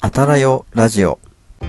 あたらよラジオ。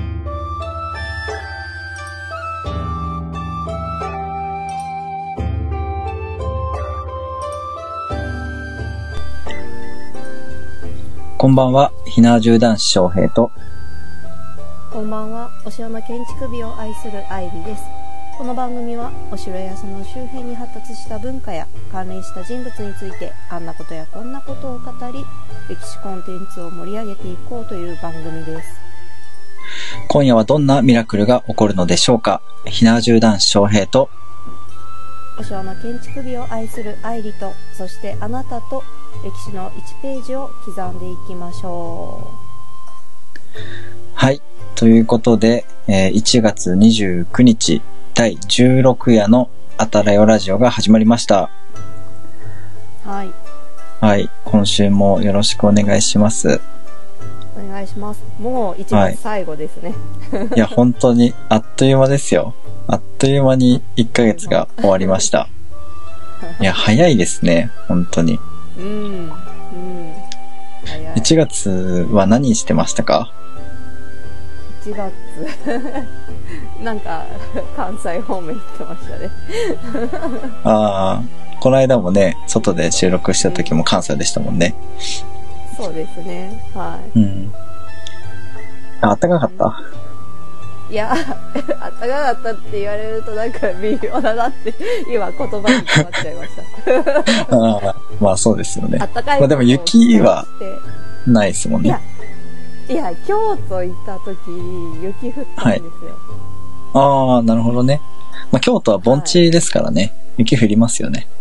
こんばんは、ひなわじゅう男子翔平と。 こんばんは、お城の建築美を愛する愛理です。この番組はお城やその周辺に発達した文化や関連した人物についてあんなことやこんなことを語り、歴史コンテンツを盛り上げていこうという番組です。 今夜はどんなミラクルが起こるのでしょうか。ひなわじゅう男子翔平とお城の建築美を愛する愛理と、そしてあなたと歴史の1ページを刻んでいきましょう。はい、ということで、1月29日第16夜のあたらよラジオが始まりました。 はい。 はい、今週もよろしくお願いします。 お願いします。もう1月最後ですね。 はい、いや本当にあっという間ですよ。あっという間に1ヶ月が終わりました。いや早いですね、本当に。早い。1月は何してましたか ？1月なんか関西方面行ってましたね。 ああ、この間もね、外で収録した時も関西でしたもんね。 そうですね。はい。 暖かかった？ いや、暖かかったって言われるとなんか微妙だなって今言葉に詰まっちゃいました。 ああ、まあそうですよね。 暖かい。 まあでも雪はないですもんね。 いや京都行った時雪降ったんですよ。 はい、ああ、なるほどね。まあ京都は盆地ですからね、はい、雪降りますよね。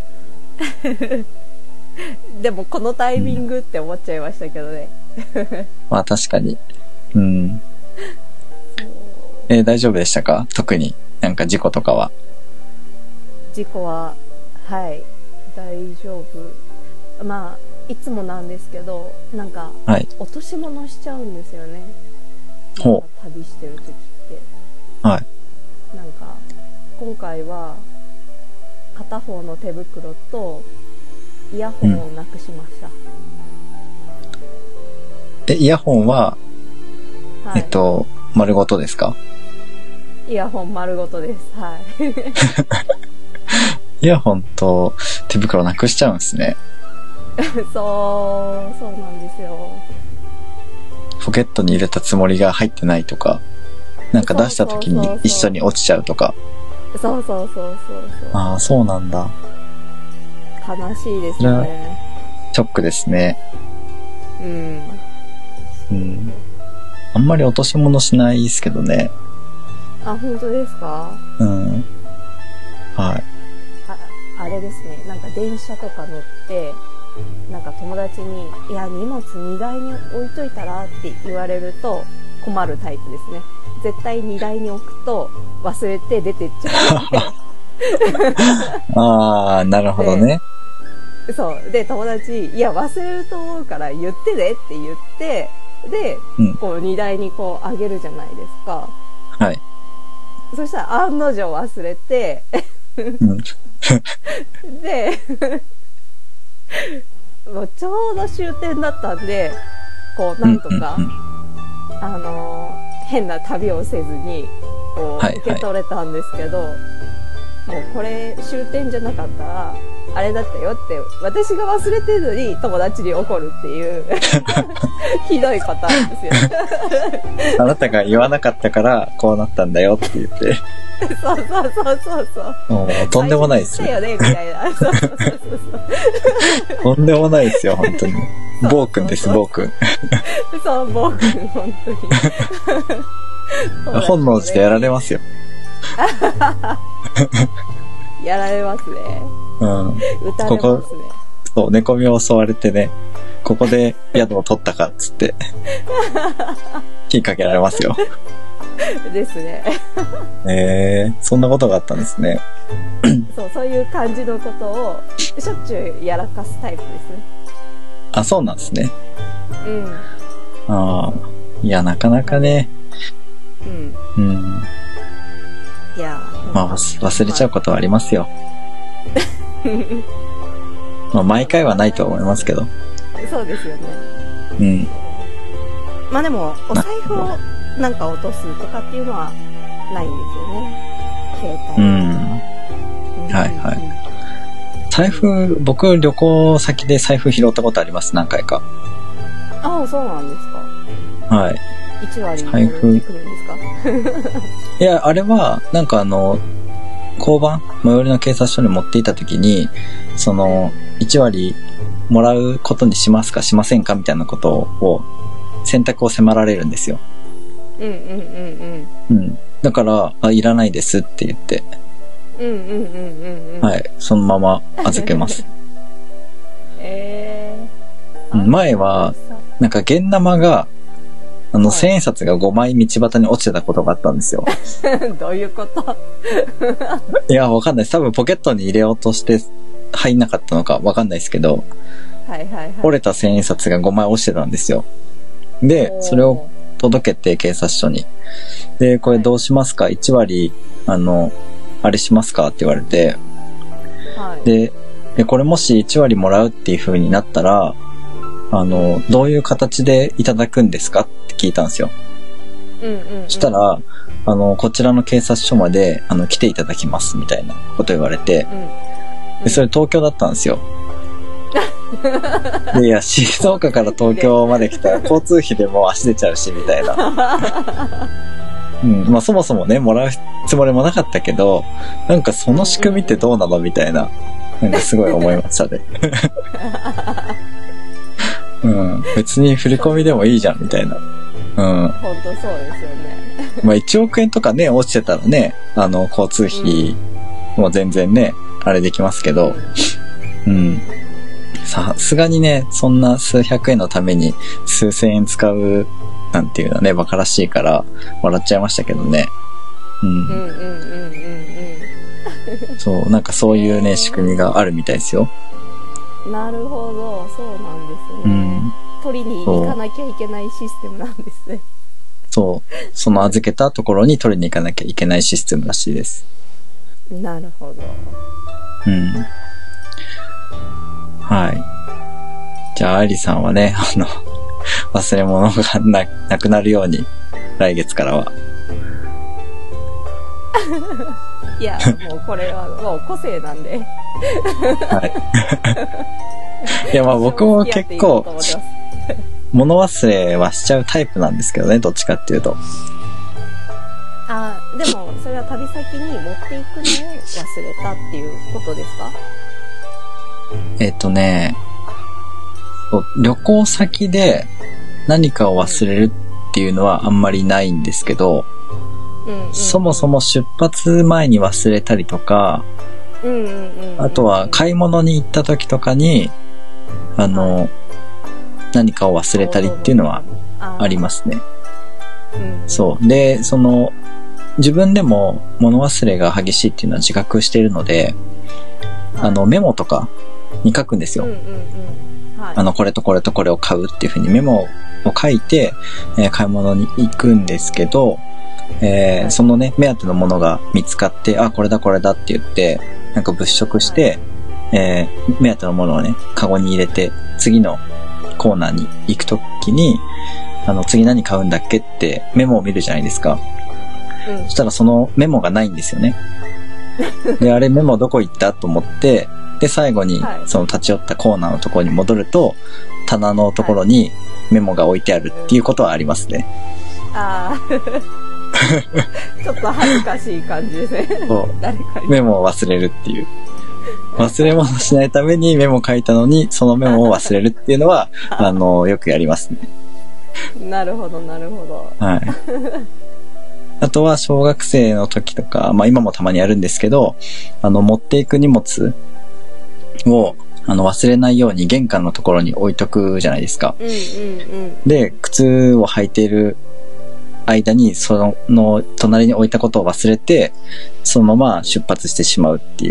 でもこのタイミングって思っちゃいましたけどね。 まあ確かに。大丈夫でしたか？特になんか事故とかは。 事故ははい大丈夫。まあいつもなんですけど、なんか、はい、落とし物しちゃうんですよね。なんか旅してる時って。 はい。 なんか今回は片方の手袋とイヤホンをなくしました。 イヤホンは、 はい、 丸ごとですか？ イヤホン丸ごとです。はい。 イヤホンと手袋なくしちゃうんですね。 そうなんですよ。 ポケットに入れたつもりが入ってないとか、なんか出した時に一緒に落ちちゃうとか。 そう。 ああ、そうなんだ。 悲しいですね。 ショックですね。あんまり落とし物しないですけどね。 あ、本当ですか？ はい。 あれですね。なんか電車とか乗って、なんか友達に「いや荷物荷台に置いといたら?」って言われると困るタイプですね。絶対荷台に置くと忘れて出てっちゃう。ああ、なるほどね。 そうで友達「いや忘れると思うから言ってね」って言って、で、こう荷台にこう上げるじゃないですか。 はい。 そしたら案の定忘れて、でもうちょうど終点だったんで、こうなんとか、変な旅をせずにこう受け取れたんですけど、もうこれ終点じゃなかったらあれだったよって私が忘れてるのに友達に怒るっていうひどいパターンですよ。 あなたが言わなかったからこうなったんだよって言って。 そう。 もうとんでもないですよ。 よねみたいな。そう。 とんでもないですよ本当に。暴君です暴君。 そう暴君本当に。 本能寺でやられますよ。 やられますね。撃たれますね。 そう寝込みを襲われてね、ここで宿を取ったかっつって火かけられますよ。 ですね。 そんなことがあったんですね。 そういう感じのことをしょっちゅうやらかすタイプですね。 あ、そうなんですね。いやなかなかね。いやまあ忘れちゃうことはありますよ。まあ毎回はないと思いますけど。 そうですよね。 まあでも、お財布をなんか落とすとかっていうのはないんですよね。携帯。 はいはい。財布、僕旅行先で財布拾ったことあります、何回か。 ああ、そうなんですか。 はい。 1割に戻ってくるんですか。 いや、あれは、なんか交番、最寄りの警察署に持っていたときに、その、1割もらうことにしますかしませんかみたいなことを、選択を迫られるんですよ。だから、いらないですって言って。はい、そのまま預けます。前は、なんか現生が、1000円札が5枚道端に落ちてたことがあったんですよ。 どういうこと？ いや、わかんないです。多分ポケットに入れようとして入んなかったのかわかんないですけど、折れた1000円札が5枚落ちてたんですよ。で、それを届けて警察署に。で、これどうしますか？ 1 割、あれしますかって言われて、で、これもし1割もらうっていう風になったら、どういう形でいただくんですかって聞いたんですよ。そしたら、こちらの警察署まで、来ていただきます、みたいなこと言われて、でそれ東京だったんですよ。でいや、静岡から東京まで来たら交通費でもう足出ちゃうし、みたいな。まあそもそもね、もらうつもりもなかったけど、なんかその仕組みってどうなのみたいな、なんかすごい思いましたね。別に振り込みでもいいじゃんみたいな。本当そうですよね。 まあ1億円とかね、落ちてたらね、交通費も全然ね、あれできますけど、さすがにね、そんな数百円のために数千円使うなんていうのはね、馬鹿らしいから笑っちゃいましたけどね。そう、なんかそういうね、仕組みがあるみたいですよ。 なるほど、そうなんですね。取りに行かなきゃいけないシステムなんですね。 そう。その預けたところに取りに行かなきゃいけないシステムらしいです。 なるほど。 はい。じゃあ、愛理さんはね、忘れ物がなくなるように、来月からは。 いや、もうこれはもう個性なんで。 はい。いや、まあ僕も結構、物忘れはしちゃうタイプなんですけどね、どっちかっていうと。 でも、それは旅先に持っていくのを忘れたっていうことですか？ 旅行先で何かを忘れるっていうのはあんまりないんですけど、そもそも出発前に忘れたりとか、あとは買い物に行った時とかに、何かを忘れたりっていうのはありますね。そう。で、自分でも物忘れが激しいっていうのは自覚しているので、メモとかに書くんですよ。これとこれとこれを買うっていう風にメモを書いて、買い物に行くんですけど、そのね、目当てのものが見つかって、これだこれだって言って、なんか物色して、目当てのものをね、カゴに入れて、次のコーナーに行くときに、次何買うんだっけってメモを見るじゃないですか。そしたらそのメモがないんですよね。で、あれメモどこ行ったと思って、で、最後にその立ち寄ったコーナーのところに戻ると、棚のところにメモが置いてあるっていうことはありますね。 ちょっと恥ずかしい感じですね。 そう。メモを忘れるっていう。忘れ物しないためにメモ書いたのに、そのメモを忘れるっていうのは、よくやりますね。 なるほど、なるほど。 はい。あとは小学生の時とか、まあ今もたまにやるんですけど、持っていく荷物を、忘れないように玄関のところに置いとくじゃないですか。で、靴を履いている間に、その隣に置いたことを忘れて、そのまま出発してしまうっていう。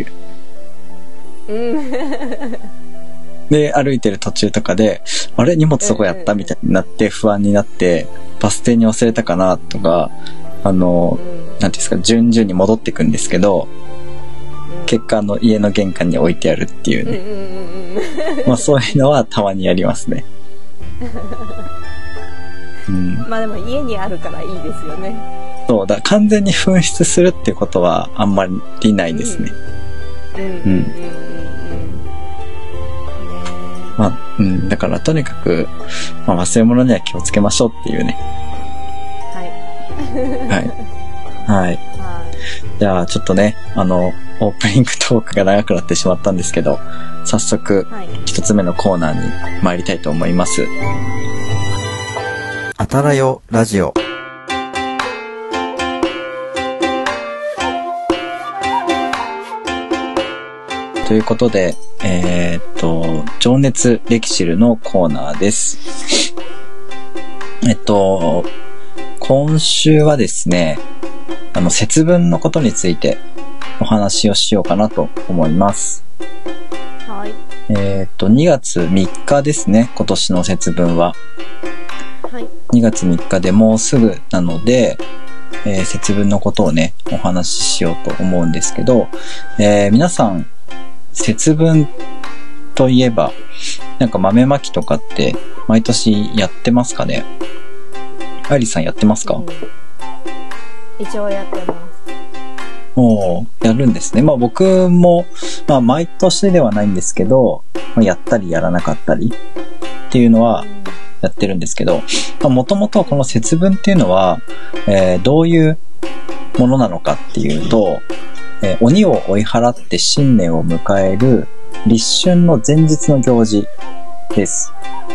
で、歩いてる途中とかで、あれ荷物どこやったみたいになって不安になって、バス停に忘れたかなとか、なんていうんですか、順々に戻っていくんですけど、結果家の玄関に置いてあるっていうね。まあそういうのはたまにやりますね。 まあでも家にあるからいいですよね。 そうだ、完全に紛失するってことはあんまりないですね。まあ、だからとにかく、まあ、忘れ物には気をつけましょうっていうね。はい。はい。じゃあちょっとね、オープニングトークが長くなってしまったんですけど、早速、一つ目のコーナーに参りたいと思います。あたらよラジオ。ということで、情熱歴史のコーナーです。今週はですね、節分のことについてお話をしようかなと思います。 はい。 2月3日ですね、今年の節分は。 はい。 2月3日でもうすぐなので、節分のことをね、お話ししようと思うんですけど、皆さん、節分といえば、なんか豆まきとかって毎年やってますかね？アリさんやってますか？ 一応やってます。 やるんですね。まあ僕も、まあ毎年ではないんですけど、まあ、やったりやらなかったりっていうのはやってるんですけど、もともとこの節分っていうのは、どういうものなのかっていうと、鬼を追い払って新年を迎える立春の前日の行事です。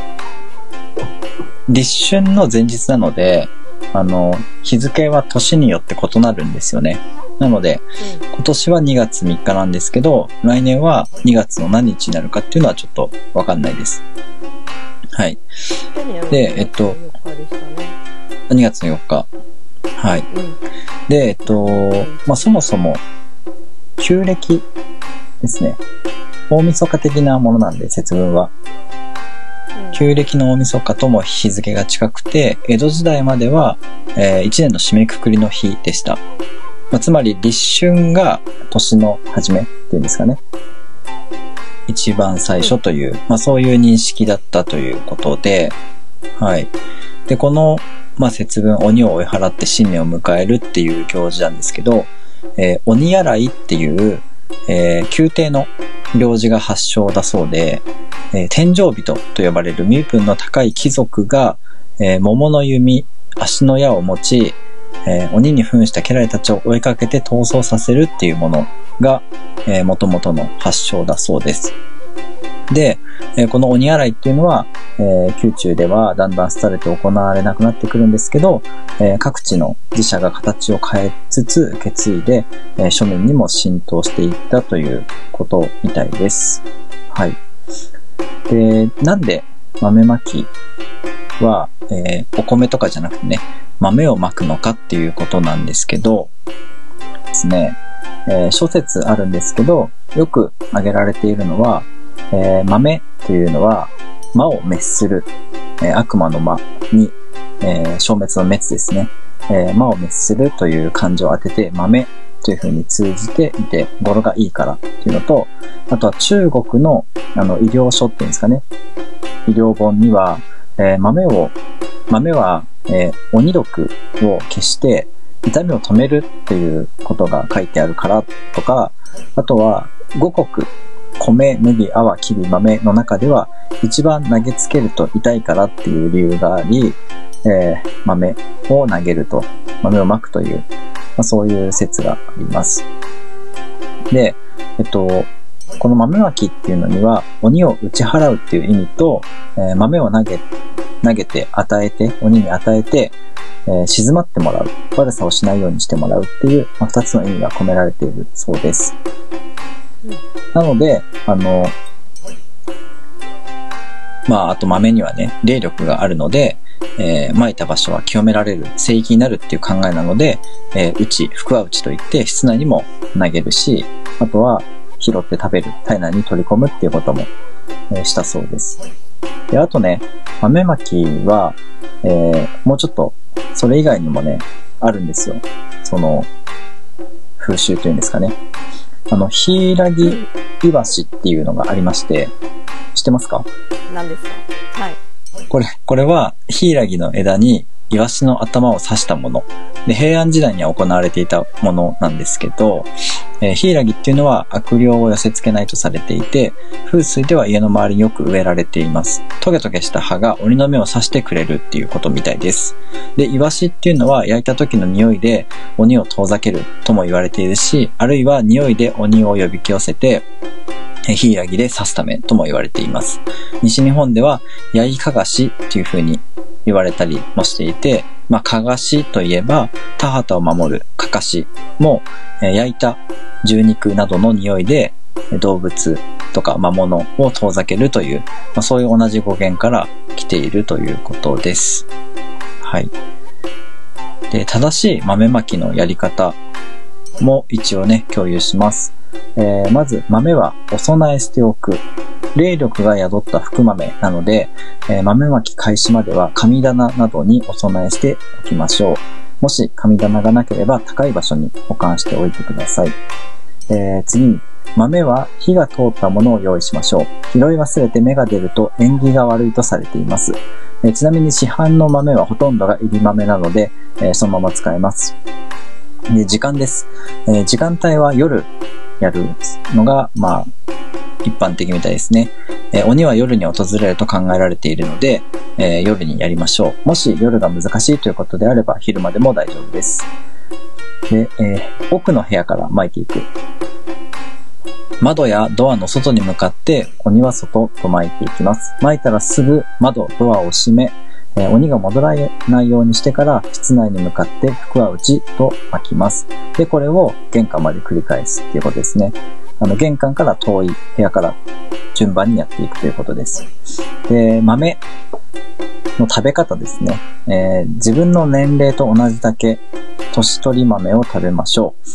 立春の前日なので、日付は年によって異なるんですよね。なので、今年は2月3日なんですけど、来年は2月の何日になるかっていうのはちょっとわかんないです。はい。で、2月の4日。はい。で、まあ、そもそも、旧暦ですね。大晦日的なものなんで、節分は。旧暦の大晦日とも日付が近くて、江戸時代までは、1年の締めくくりの日でした。まあ、つまり立春が年の初めっていうんですかね。一番最初という、まあ、そういう認識だったということで、はい。で、この、まあ、節分、鬼を追い払って新年を迎えるっていう行事なんですけど、鬼やらいっていう、宮廷の行事が発祥だそうで、天上人と呼ばれる身分の高い貴族が、桃の弓、足の矢を持ち、鬼に扮した家来たちを追いかけて逃走させるっていうものが、元々の発祥だそうです。で、この鬼洗いっていうのは、宮中ではだんだん廃れて行われなくなってくるんですけど、各地の寺社が形を変えつつ受け継いで、庶民にも浸透していったということみたいです。はい。で、なんで豆まきは、お米とかじゃなくてね、豆をまくのかっていうことなんですけどですね、諸説あるんですけど、よく挙げられているのは、豆というのは魔を滅する、悪魔の魔に、消滅の滅ですね、魔を滅するという漢字を当てて豆という風に通じていて語呂がいいからっていうのと、あとは中国の医療書っていうんですかね、医療本には、豆は、鬼毒を消して痛みを止めるということが書いてあるからとか、あとは五穀、米、麦、粟、きび、豆の中では一番投げつけると痛いからっていう理由があり、豆を投げると、豆をまくという、そういう説があります。で、この豆まきっていうのには鬼を打ち払うっていう意味と、豆を投げて与えて、鬼に与えて、静まってもらう、悪さをしないようにしてもらうっていう、2つの意味が込められているそうです。なので、あと豆にはね、霊力があるので、撒いた場所は清められる、聖域になるっていう考えなので、福は内といって室内にも投げるし、あとは拾って食べる、体内に取り込むっていうことも、したそうです。で、あとね、豆まきは、もうちょっと、それ以外にもね、あるんですよ。その、風習というんですかね。ヒイラギイワシっていうのがありまして、知ってますか？ 何ですか？はい。 これは、ヒイラギの枝にイワシの頭を刺したもの。で、平安時代には行われていたものなんですけど、ヒイラギっていうのは悪霊を寄せ付けないとされていて、風水では家の周りによく植えられています。トゲトゲした葉が鬼の目を刺してくれるっていうことみたいです。で、イワシっていうのは焼いた時の匂いで鬼を遠ざけるとも言われているし、あるいは匂いで鬼を呼び寄せて、ヒイラギで刺すためとも言われています。西日本ではヤイカガシっていう風に言われたりもしていて、カガシといえば田畑を守るカカシも、焼いた牛肉などの匂いで動物とか魔物を遠ざけるという、そういう同じ語源から来ているということです。はい。で、正しい豆まきのやり方も一応ね、共有します。まず豆はお供えしておく。霊力が宿った福豆なので、豆まき開始までは神棚などにお供えしておきましょう。もし神棚がなければ高い場所に保管しておいてください。次に豆は火が通ったものを用意しましょう。拾い忘れて芽が出ると縁起が悪いとされています。ちなみに市販の豆はほとんどが入り豆なので、そのまま使えます。で、時間です。時間帯は夜やるのが、一般的みたいですね。鬼は夜に訪れると考えられているので、夜にやりましょう。もし夜が難しいということであれば昼間でも大丈夫です。で、奥の部屋から撒いていく。窓やドアの外に向かって鬼は外と撒いていきます。撒いたらすぐ窓、ドアを閉め、鬼が戻らないようにしてから室内に向かって福は内と撒きます。で、これを玄関まで繰り返すっていうことですね。玄関から遠い部屋から順番にやっていくということです。で、豆の食べ方ですね。自分の年齢と同じだけ年取り豆を食べましょう。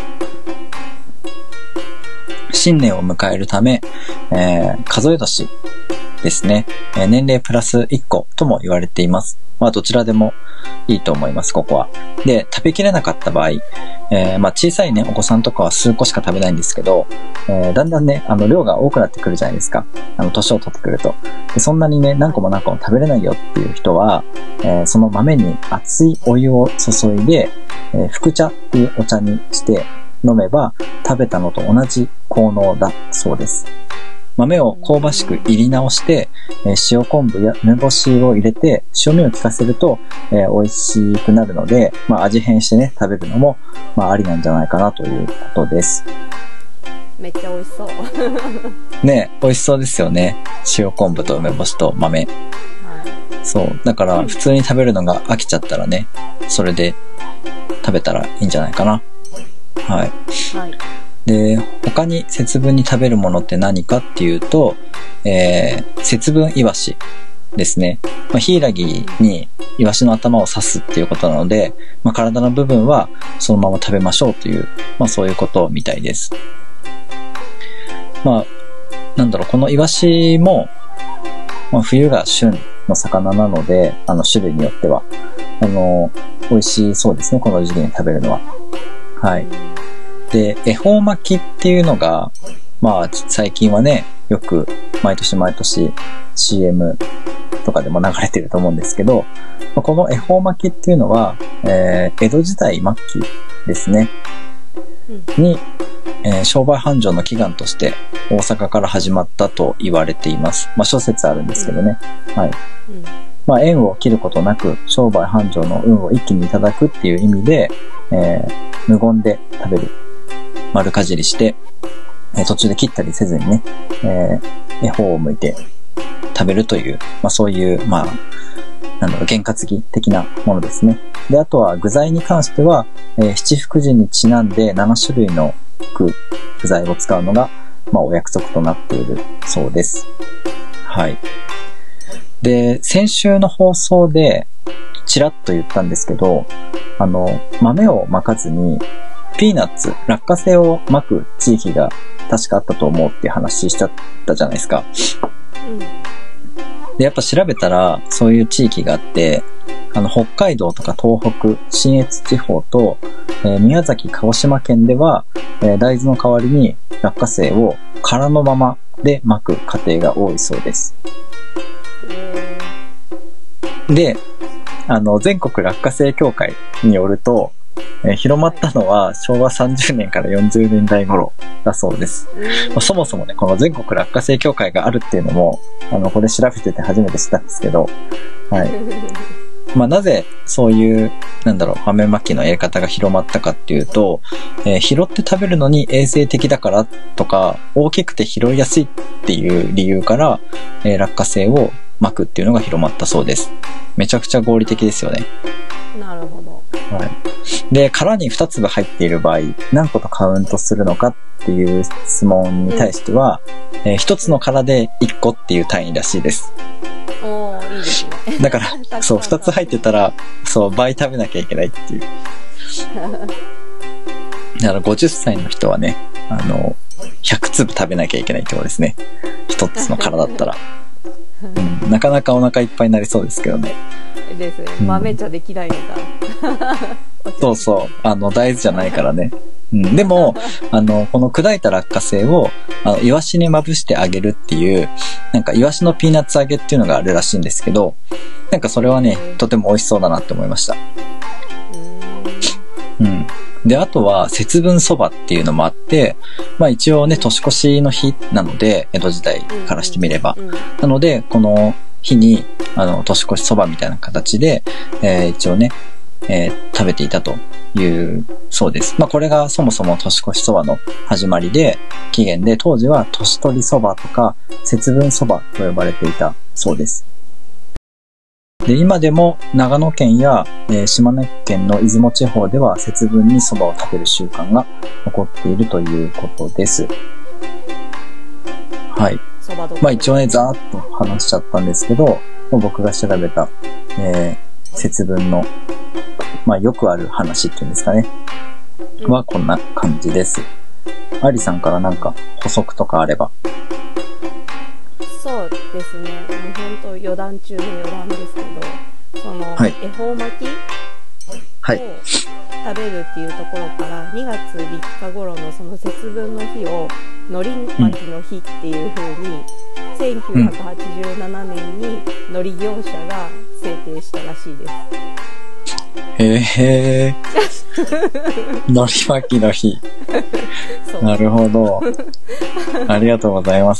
新年を迎えるため、数え年ですね。年齢プラス1個とも言われています。どちらでもいいと思います、ここは。で、食べきれなかった場合、小さいね、お子さんとかは数個しか食べないんですけど、だんだんね、量が多くなってくるじゃないですか。年を取ってくると。で、そんなにね、何個も食べれないよっていう人は、その豆に熱いお湯を注いで、福茶っていうお茶にして飲めば、食べたのと同じ効能だそうです。豆を香ばしく炒り直して、塩昆布や梅干しを入れて塩味を効かせると、美味しくなるので、味変してね、食べるのも、ありなんじゃないかなということです。 めっちゃ美味しそうね、美味しそうですよね。塩昆布と梅干しと豆、はい、そうだから普通に食べるのが飽きちゃったらね、それで食べたらいいんじゃないかな。はい、はい。で、他に節分に食べるものって何かっていうと、節分イワシですね。ヒイラギにイワシの頭を刺すっていうことなので、体の部分はそのまま食べましょうという、そういうことみたいです。このイワシも、冬が旬の魚なので、種類によっては、美味しそうですね、この時期に食べるのは。はい。で、恵方巻きっていうのが、最近はね、よく毎年 CM とかでも流れてると思うんですけど、この恵方巻きっていうのは、江戸時代末期ですね、に、商売繁盛の祈願として大阪から始まったと言われています。諸説あるんですけどね。はい。縁を切ることなく商売繁盛の運を一気にいただくっていう意味で、無言で食べる。丸かじりして、途中で切ったりせずにね、恵方を向いて食べるという、そういう、験担ぎ的なものですね。で、あとは具材に関しては、七福神にちなんで7種類の具材を使うのが、お約束となっているそうです。はい。で、先週の放送でちらっと言ったんですけど、豆をまかずにピーナッツ、落花生をまく地域が確かあったと思うっていう話しちゃったじゃないですか。で、やっぱ調べたらそういう地域があって、北海道とか東北、信越地方と、宮崎、鹿児島県では、大豆の代わりに落花生を殻のままでまく家庭が多いそうです。で、 全国落花生協会によると、広まったのは昭和30年から40年代頃だそうです。そもそもね、この全国落花生協会があるっていうのも、これ調べてて初めて知ったんですけど、はい。なぜそういう、豆まきのやり方が広まったかっていうと、拾って食べるのに衛生的だからとか、大きくて拾いやすいっていう理由から、落花生をまくっていうのが広まったそうです。めちゃくちゃ合理的ですよね。 なるほど。 はい。で、殻に2粒入っている場合、何個とカウントするのかっていう質問に対しては、1つの殻で1個っていう単位らしいです。 おー、いいですね。 だから、そう、2つ入ってたら、そう、倍食べなきゃいけないっていう。だから50歳の人はね、100粒食べなきゃいけないってことですね。1つの殻だったら。なかなかお腹いっぱいになりそうですけどね。 ですね。豆茶できないのか。 そうそう。大豆じゃないからね。でも、この砕いた落花生を、イワシにまぶしてあげるっていう、イワシのピーナッツ揚げっていうのがあるらしいんですけど、それはね、とても美味しそうだなって思いました。で、あとは節分そばっていうのもあって、一応ね、年越しの日なので、江戸時代からしてみれば。なので、この日に、年越しそばみたいな形で、一応ね、食べていたというそうです。これがそもそも年越しそばの始まりで、起源で当時は年取りそばとか節分そばと呼ばれていたそうです。で、今でも長野県や、島根県の出雲地方では節分にそばを食べる習慣が残っているということです。はい。一応ね、ざーっと話しちゃったんですけど、僕が調べた、節分の、よくある話っていうんですかね。はこんな感じです。アリさんから補足とかあれば。 そうですね。もう本当余談中の余談ですけど、 はい、 恵方巻きを食べるっていうところから、2月3日頃のその節分の日を海苔巻きの日っていう風に、1987年に海苔業者が制定したらしいです。 へー。海苔巻きの日。なるほど。ありがとうございます。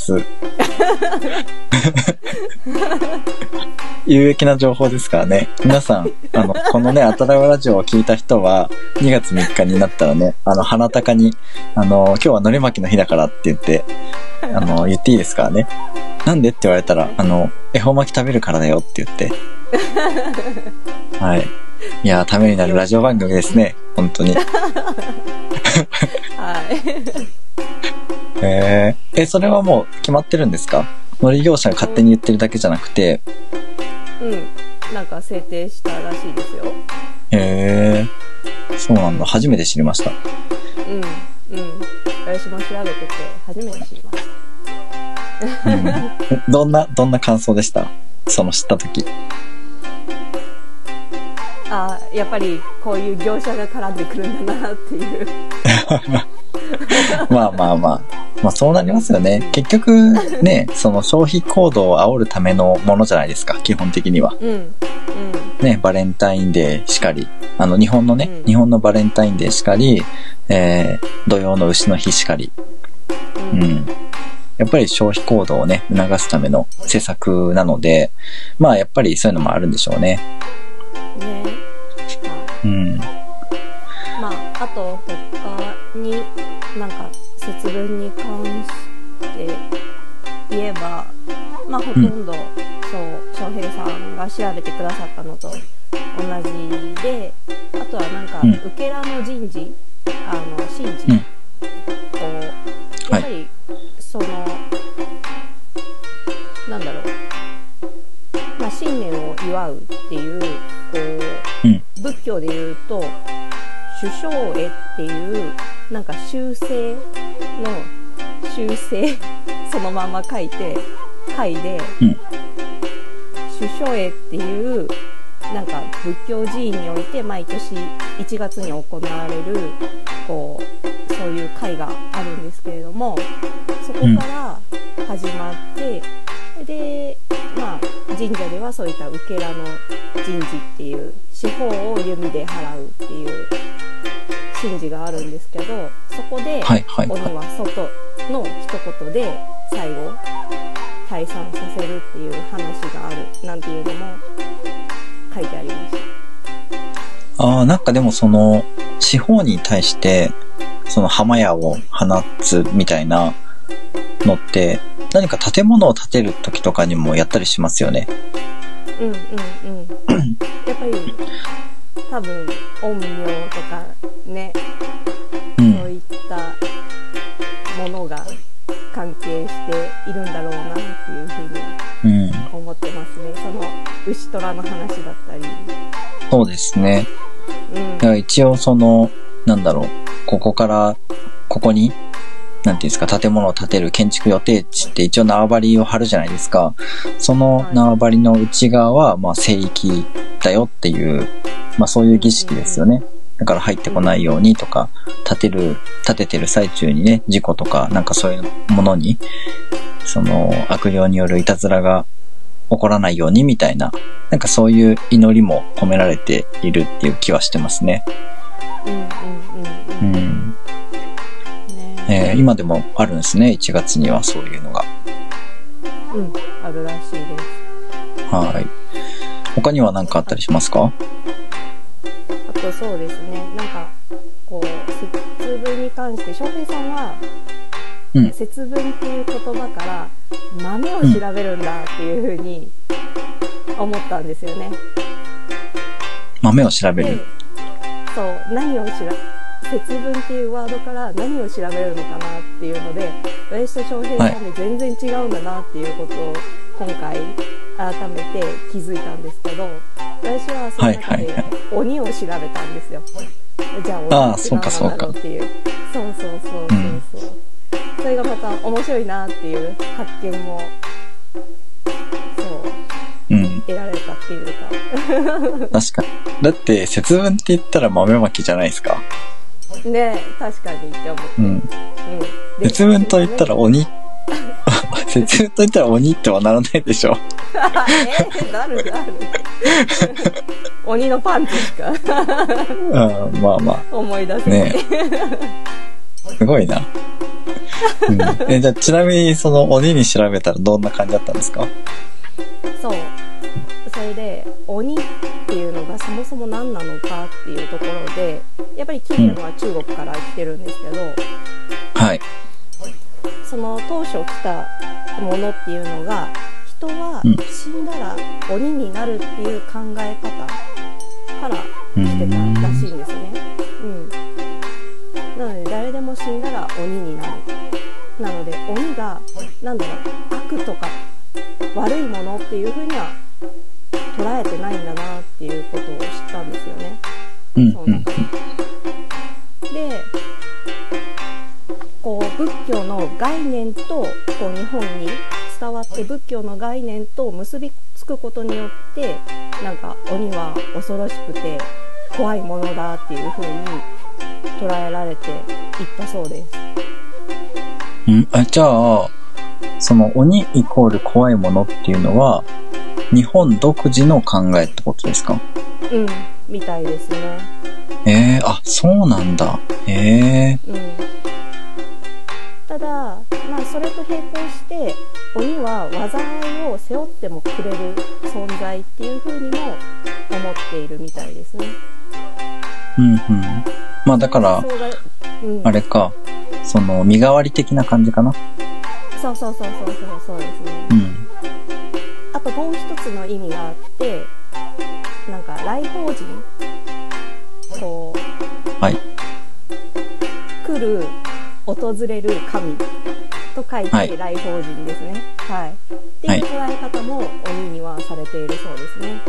有益な情報ですからね。皆さん、このね、あたらわラジオを聞いた人は、2月3日になったらね、鼻高に、今日は海苔巻きの日だからって言って、言っていいですからね。なんでって言われたら、恵方巻き食べるからだよって言って。はい。いやー、ためになるラジオ番組ですね。本当に。 はい。 それはもう決まってるんですか？海苔業者が勝手に言ってるだけじゃなくて。 制定したらしいですよ。 そうなんだ。初めて知りました。 私も調べてて初めて知りました。 どんな感想でした？その知ったとき。 やっぱりこういう業者が絡んでくるんだなっていう。 まあそうなりますよね。結局ね、その消費行動を煽るためのものじゃないですか、基本的には。ね、バレンタインデーしかり、日本のバレンタインデーしかり、土曜の牛の日しかり。やっぱり消費行動をね、促すための施策なので、やっぱりそういうのもあるんでしょうね。 あと他に節分に関して言えば、ほとんど、翔平さんが調べてくださったのと同じで、あとはウケラの神事、神事を、やっぱり新年を祝うっていう、仏教で言うと修正会っていう修正の修正そのまま書いて会で、修正会っていう仏教寺院において毎年1月に行われるそういう会があるんですけれども、そこから始まって、で神神社ではそういった受けらの神事っていう四方を弓で払うっていう神事があるんですけど、そこで鬼は外の一言で最後退散させるっていう話があるなんていうのも書いてありました。 なんかでもその四方に対してその浜矢を放つみたいなのって何か建物を建てる時とかにもやったりしますよね。 うんうんうんやっぱり多分陰陽とかね、そういったものが関係しているんだろうなっていうふうに思ってますね。その牛虎の話だったり。 そうですね。だから一応そのなんだろう、ここからここになんていうんですか、建物を建てる建築予定地って一応縄張りを張るじゃないですか。その縄張りの内側はまあ聖域だよっていう、まあそういう儀式ですよね。だから入ってこないようにとか、建ててる最中にね、事故とかなんかそういうものにその悪霊によるいたずらが起こらないようにみたいな、なんかそういう祈りも込められているっていう気はしてますね。今でもあるんですね。1月にはそういうのが。 あるらしいです。 はい。他には何かあったりしますか？ あとそうですね。なんかこう節分に関して翔平さんは、節分っていう言葉から豆を調べるんだっていうふうに思ったんですよね。 豆を調べる。 そう、節分っていうワードから何を調べるのかなっていうので、私と翔平さんで全然違うんだなっていうことを今回改めて気づいたんですけど、私はその中で鬼を調べたんですよ。じゃあ鬼って何なんだろうっていう。そう。それがまた面白いなっていう発見も得られたっていうか。 確かに。だって節分って言ったら豆まきじゃないですか。 ね、確かにって思って。 節分と言ったら鬼節分と言ったら鬼ってはならないでしょ。 なる鬼のパンツしかまあまあ思い出せない、 すごいな。じゃあちなみにその鬼に調べたらどんな感じだったんですか？ そう、それで鬼っていうのがそもそも何なのかっていうところで、やっぱり起源は中国から来てるんですけど、その当初来たものっていうのが、人は死んだら鬼になるっていう考え方から来てたらしいんですね。なので誰でも死んだら鬼になる。なので鬼がなんだろう、悪とか悪いものっていう風には捉えてないんだなっていうことを知ったんですよね。で、こう仏教の概念とこう日本に伝わって仏教の概念と結びつくことによって、なんか鬼は恐ろしくて怖いものだっていう風に捉えられていったそうです。 じゃあその鬼イコール怖いものっていうのは日本独自の考えってことですか？ みたいですね。 そうなんだ。 ただまあそれと並行して鬼は災いを背負ってもくれる存在っていう風にも思っているみたいですね。 まあだからあれか、その身代わり的な感じかな。 そうですね。あともう一つの意味があって、なんか来訪人、こう、来る、訪れる神と書いて来訪人ですね。っていう捉え方も鬼にはされているそうですね。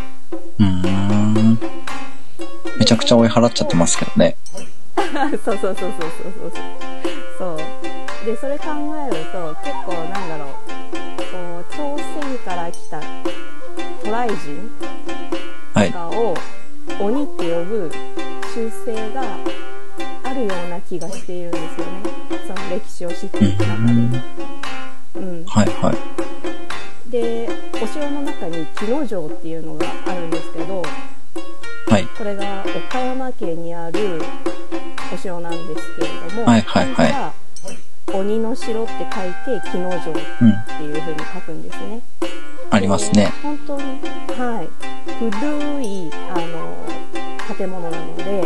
めちゃくちゃ追い払っちゃってますけどね。 そう。でそれ考えると結構なんだろう、こう朝鮮から来た渡来人とかを鬼って呼ぶ習性があるような気がしているんですよね。その歴史を知っていく中で。 で、お城の中に木之丞っていうのがあるんですけど、 はい。 これが岡山県にあるお城なんですけれども、 はいはいはい。 漢字は鬼の城って書いて木之丞っていう風に書くんですね。 ありますね。 本当に、はい、古い建物なので、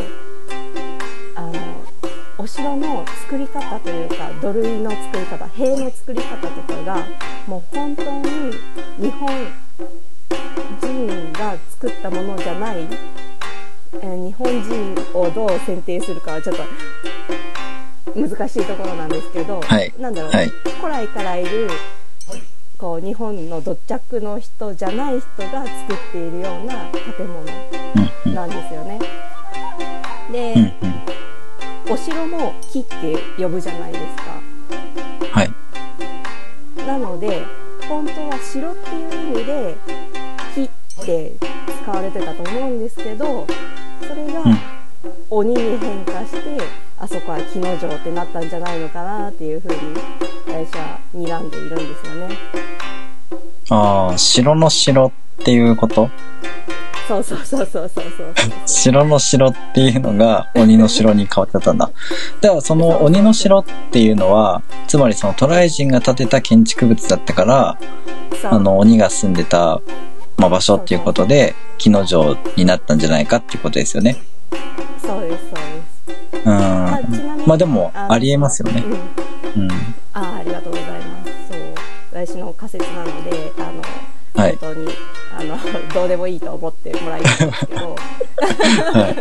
お城の作り方というか、土塁の作り方、塀の作り方とかがもう本当に日本人が作ったものじゃない、日本人をどう選定するかはちょっと難しいところなんですけど、 はい、 なんだろう、 はい、 古来からいるこう日本の土着の人じゃない人が作っているような建物なんですよね。で、お城も木って呼ぶじゃないですか。 はい。 なので本当は城っていう意味で木って使われてたと思うんですけど、それが鬼に変化してあそこは木之丞ってなったんじゃないのかなっていうふうに私は睨んでいるんですよね。 ああ、城の城っていうこと？ そうそうそうそうそうそう。 城の城っていうのが鬼の城に変わっちゃったんだ。だからその鬼の城っていうのは、つまりその渡来人が建てた建築物だったから、鬼が住んでた、場所っていうことで、木之丞になったんじゃないかっていうことですよね。 そうです、そうです。 まあでも、ありえますよね。 ありがとうございます。そう。私の仮説なので、 はい、 本当に、どうでもいいと思ってもらいたいんですけど。はい、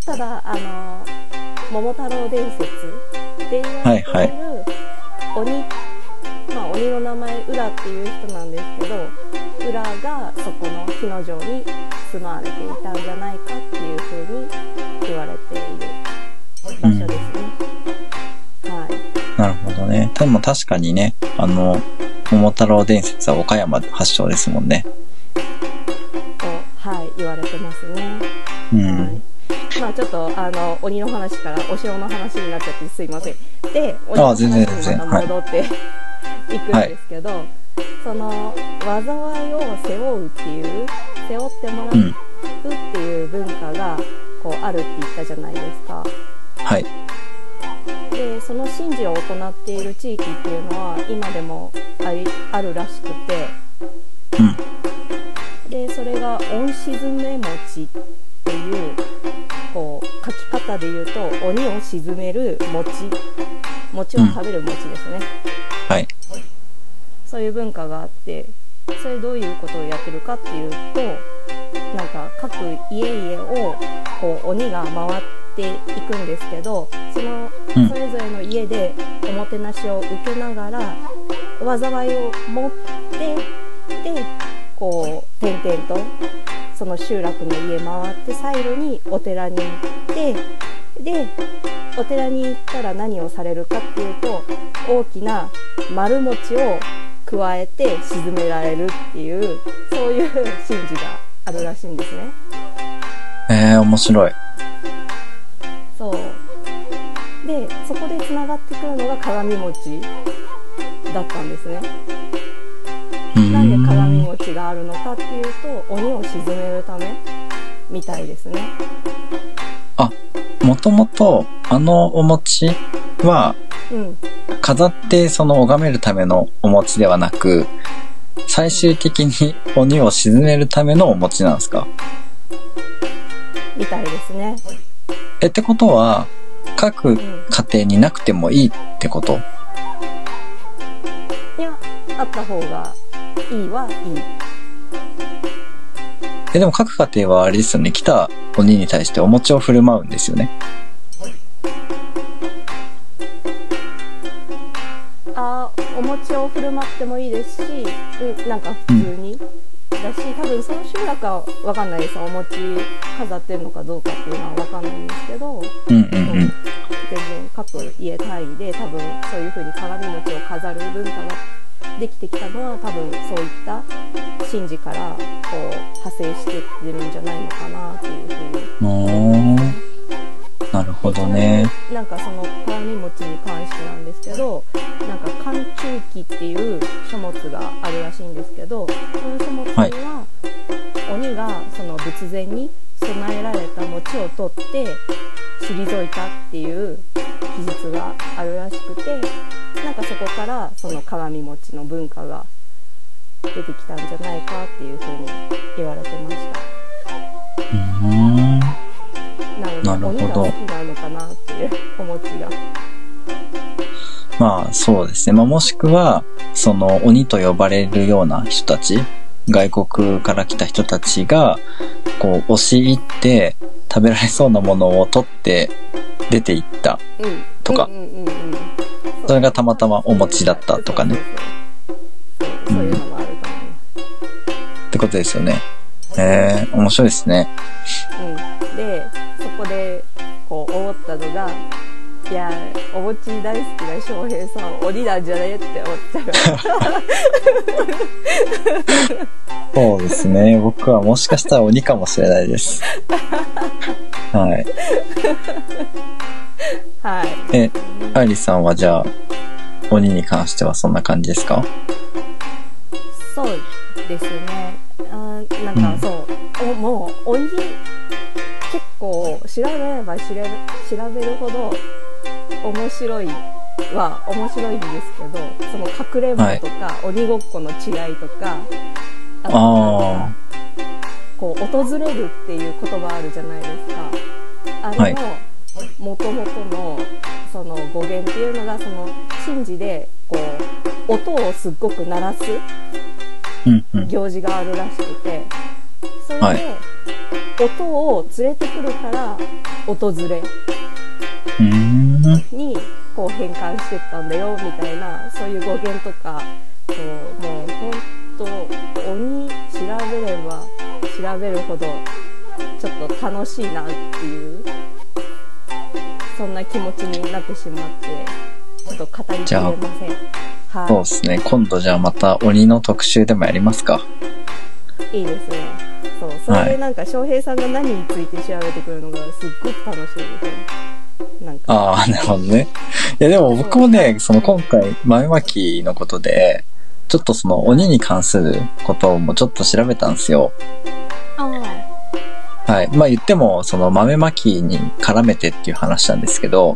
ただ、桃太郎伝説で言われている鬼、鬼の名前、浦っていう人なんですけど、浦がそこの木之丞に住まわれていたんじゃないかっていうふうに言われている場所ですね。はい。 なるほどね。でも確かにね、桃太郎伝説は岡山発祥ですもんね。 と、はい、言われてますね。はい、ちょっと鬼の話からお城の話になっちゃってすいません。で、鬼の話にまた戻っていくんですけど、その災いを背負うっていう、背負ってもらうっていう文化がこうあるって言ったじゃないですか。 はい。 で、その神事を行っている地域っていうのは今でもあるらしくて、で、それが御沈め餅っていう、こう書き方で言うと鬼を沈める餅を食べる餅ですね。 はい。 そういう文化があって、それどういうことをやってるかっていうと、なんか各家々をこう鬼が回っていくんですけど、それぞれの家でおもてなしを受けながら災いを持って、でこう点々とその集落の家回って最後にお寺に行って、でお寺に行ったら何をされるかっていうと、大きな丸餅を加えて沈められるっていう、そういう神事があるらしいんですね。 面白い。 そうで、そこでつながってくるのが鏡餅だったんですね。なんで鏡餅があるのかっていうと、鬼を鎮めるためみたいですね。 もともとお餅は飾ってその拝めるためのお餅ではなく、最終的に鬼を鎮めるためのお餅なんですか？ みたいですね。 ってことは各家庭になくてもいいってこと？ いや、あった方がいいはいい。 でも各家庭はあれですよね、来た鬼に対してお餅を振る舞うんですよね。 お餅を振る舞ってもいいですし、なんか普通にだし、多分その集落は分かんないです。お餅飾ってるのかどうかっていうのは分かんないんですけど、全然各家単位で多分そういう風に鏡餅を飾る文化ができてきたのは、多分そういった神事からこう派生してってるんじゃないのかなっていう風に。 なるほどね。 なんかその鏡餅に関してなんですけど、なんか寒中記っていう書物があるらしいんですけど、その書物には、鬼がその仏前に備えられた餅を取って退いたっていう記述があるらしくて、なんかそこからその鏡餅の文化が出てきたんじゃないかっていうふうに言われてました。なので鬼が好きなのかなっていうお餅が。 まあそうですね。まあもしくはその鬼と呼ばれるような人たち、外国から来た人たちがこう押し入って食べられそうなものを取って出ていったとか、それがたまたまお餅だったとかね。 そういうのもあるかもね。 ってことですよね。面白いですね。 で、そこでこう思ったのが、いや、お餅大好きな翔平さん鬼なんじゃねって思っちゃう。 そうですね。僕はもしかしたら鬼かもしれないです。はい。 はい。 アイリさんはじゃあ鬼に関してはそんな感じですか？ そうですね。なんかそう、もう鬼結構調べれば調べるほど面白いんですけど、そのかくれんぼとか、鬼ごっこの違いとか、あとこう訪れるっていう言葉あるじゃないですか。あれの元々のその語源っていうのが、その神事でこう音をすっごく鳴らす行事があるらしくて、それで音を連れてくるから訪れにこう変換してったんだよみたいな、そういう語源とか、もうほんと鬼調べれば調べるほどちょっと楽しいなっていう、そんな気持ちになってしまってちょっと語りきれません。はい、 そうですね。今度じゃあまた鬼の特集でもやりますか。 いいですね。それでなんか翔平さんが何について調べてくるのがすっごく楽しいですね。なんかなるほどね。いやでも僕もね、その今回豆まきのことでちょっとその鬼に関することもちょっと調べたんですよ。はい。まあ言ってもその豆まきに絡めてっていう話なんですけど、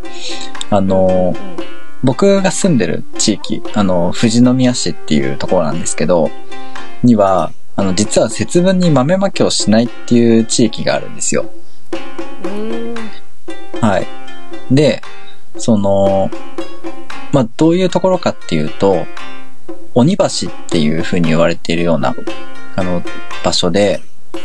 僕が住んでる地域、富士宮市っていうところなんですけど、には、実は節分に豆まきをしないっていう地域があるんですよ。はい。で、まあ、どういうところかっていうと、鬼橋っていう風に言われているような、場所で、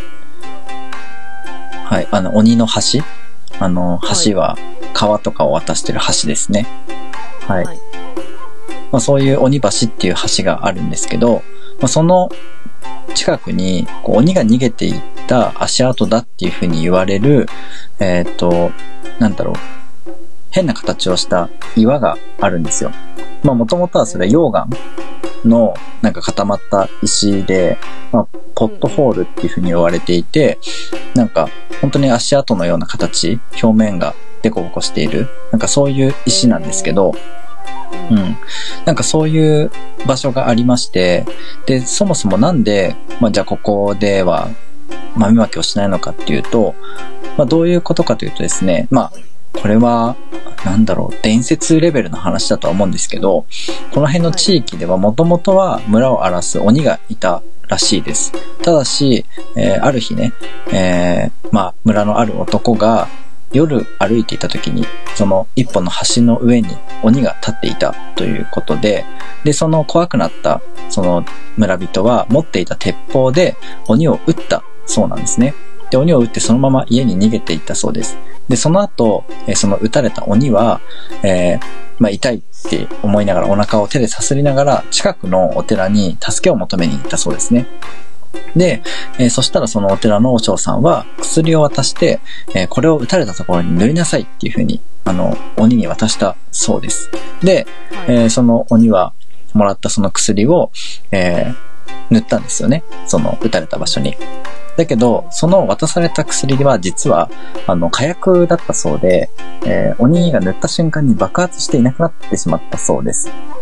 はい、鬼の橋？橋は川とかを渡してる橋ですね。はい。まあ、そういう鬼橋っていう橋があるんですけど、まあ、その近くに鬼が逃げていった足跡だっていう風に言われる、なんだろう、変な形をした岩があるんですよ。まあもともとはそれ溶岩のなんか固まった石で、まあ、ポットホールっていう風に言われていて、なんか本当に足跡のような形、表面がデコボコしている、なんかそういう石なんですけど、なんかそういう場所がありまして、で、そもそもなんで、まあじゃあここでは豆まきをしないのかっていうと、まあどういうことかというとですね、まあこれは、なんだろう、伝説レベルの話だとは思うんですけど、この辺の地域ではもともとは村を荒らす鬼がいたらしいです。ただし、ある日ね、まあ村のある男が夜歩いていた時に、その一本の橋の上に鬼が立っていたということで、で、その怖くなったその村人は持っていた鉄砲で鬼を撃ったそうなんですね。で、鬼を撃ってそのまま家に逃げていったそうです。で、その後、その撃たれた鬼は、まあ痛いって思いながらお腹を手でさすりながら近くのお寺に助けを求めに行ったそうですね。で、そしたらそのお寺の和尚さんは薬を渡して、これを撃たれたところに塗りなさいっていう風に鬼に渡したそうです。で、その鬼はもらったその薬を、塗ったんですよね。その撃たれた場所に。だけど、その渡された薬は実は火薬だったそうで、鬼が塗った瞬間に爆発していなくなってしまったそうです。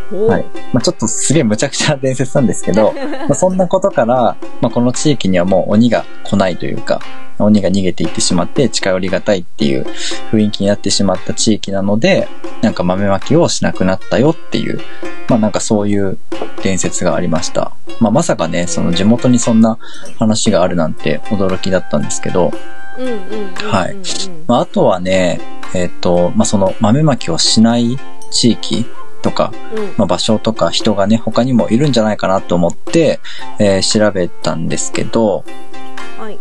はい。ちょっとすげえ無茶苦茶な伝説なんですけど、そんなことから、この地域にはもう鬼が来ないというか、鬼が逃げていってしまって近寄りがたいっていう雰囲気になってしまった地域なので、なんか豆まきをしなくなったよっていう、なんかそういう伝説がありました。まさかね、その地元にそんな話があるなんて驚きだったんですけど、はい。あとはね、その豆まきをしない地域とか、場所とか人がね、他にもいるんじゃないかなと思って、調べたんですけど、 はい。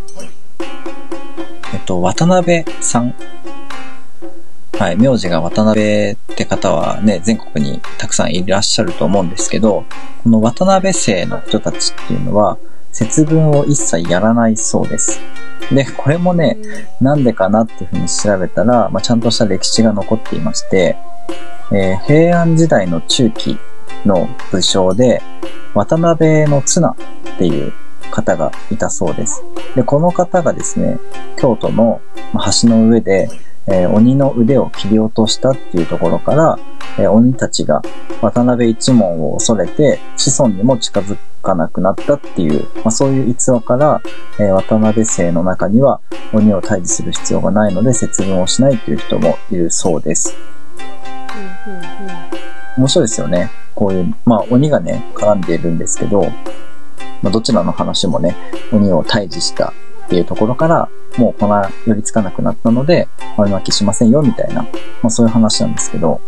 渡辺さん。はい。名字が渡辺って方はね、全国にたくさんいらっしゃると思うんですけど、この渡辺姓の人たちっていうのは、節分を一切やらないそうです。で、これもね、なんでかなっていうふうに調べたら、ちゃんとした歴史が残っていまして、平安時代の中期の武将で、渡辺の綱っていう方がいたそうです。で、この方がですね、京都の橋の上で、鬼の腕を切り落としたっていうところから、鬼たちが渡辺一門を恐れて子孫にも近づかなくなったっていう、そういう逸話から、渡辺姓の中には鬼を退治する必要がないので節分をしないという人もいるそうです。面白いですよね。こういう、鬼がね、絡んでいるんですけど、どちらの話もね、鬼を退治したっていうところから、もう寄りつかなくなったので、豆まきしませんよ、みたいな、そういう話なんですけど、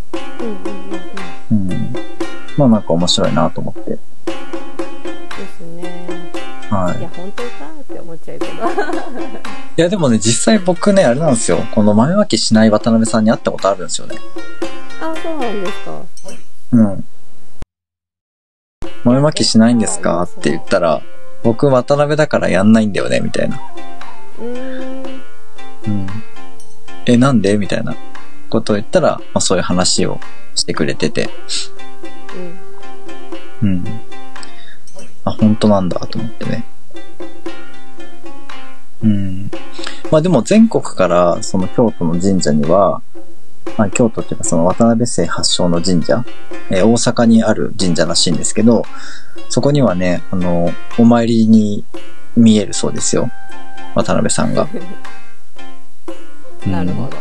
なんか面白いなと思って。 ですね。はい。いや、本当かって思っちゃうけど。いや、でもね、実際僕ね、あれなんですよ。この豆まきしない渡辺さんに会ったことあるんですよね。 あ、そうなんですか。 豆まきしないんですかって言ったら、僕渡辺だからやんないんだよね、みたいな。なんでみたいなことを言ったら、そういう話をしてくれてて。本当なんだと思ってね。でも全国からその京都の神社には、京都っていうかその渡辺姓発祥の神社、大阪にある神社らしいんですけど、そこにはね、お参りに見えるそうですよ。渡辺さんが。 なるほど。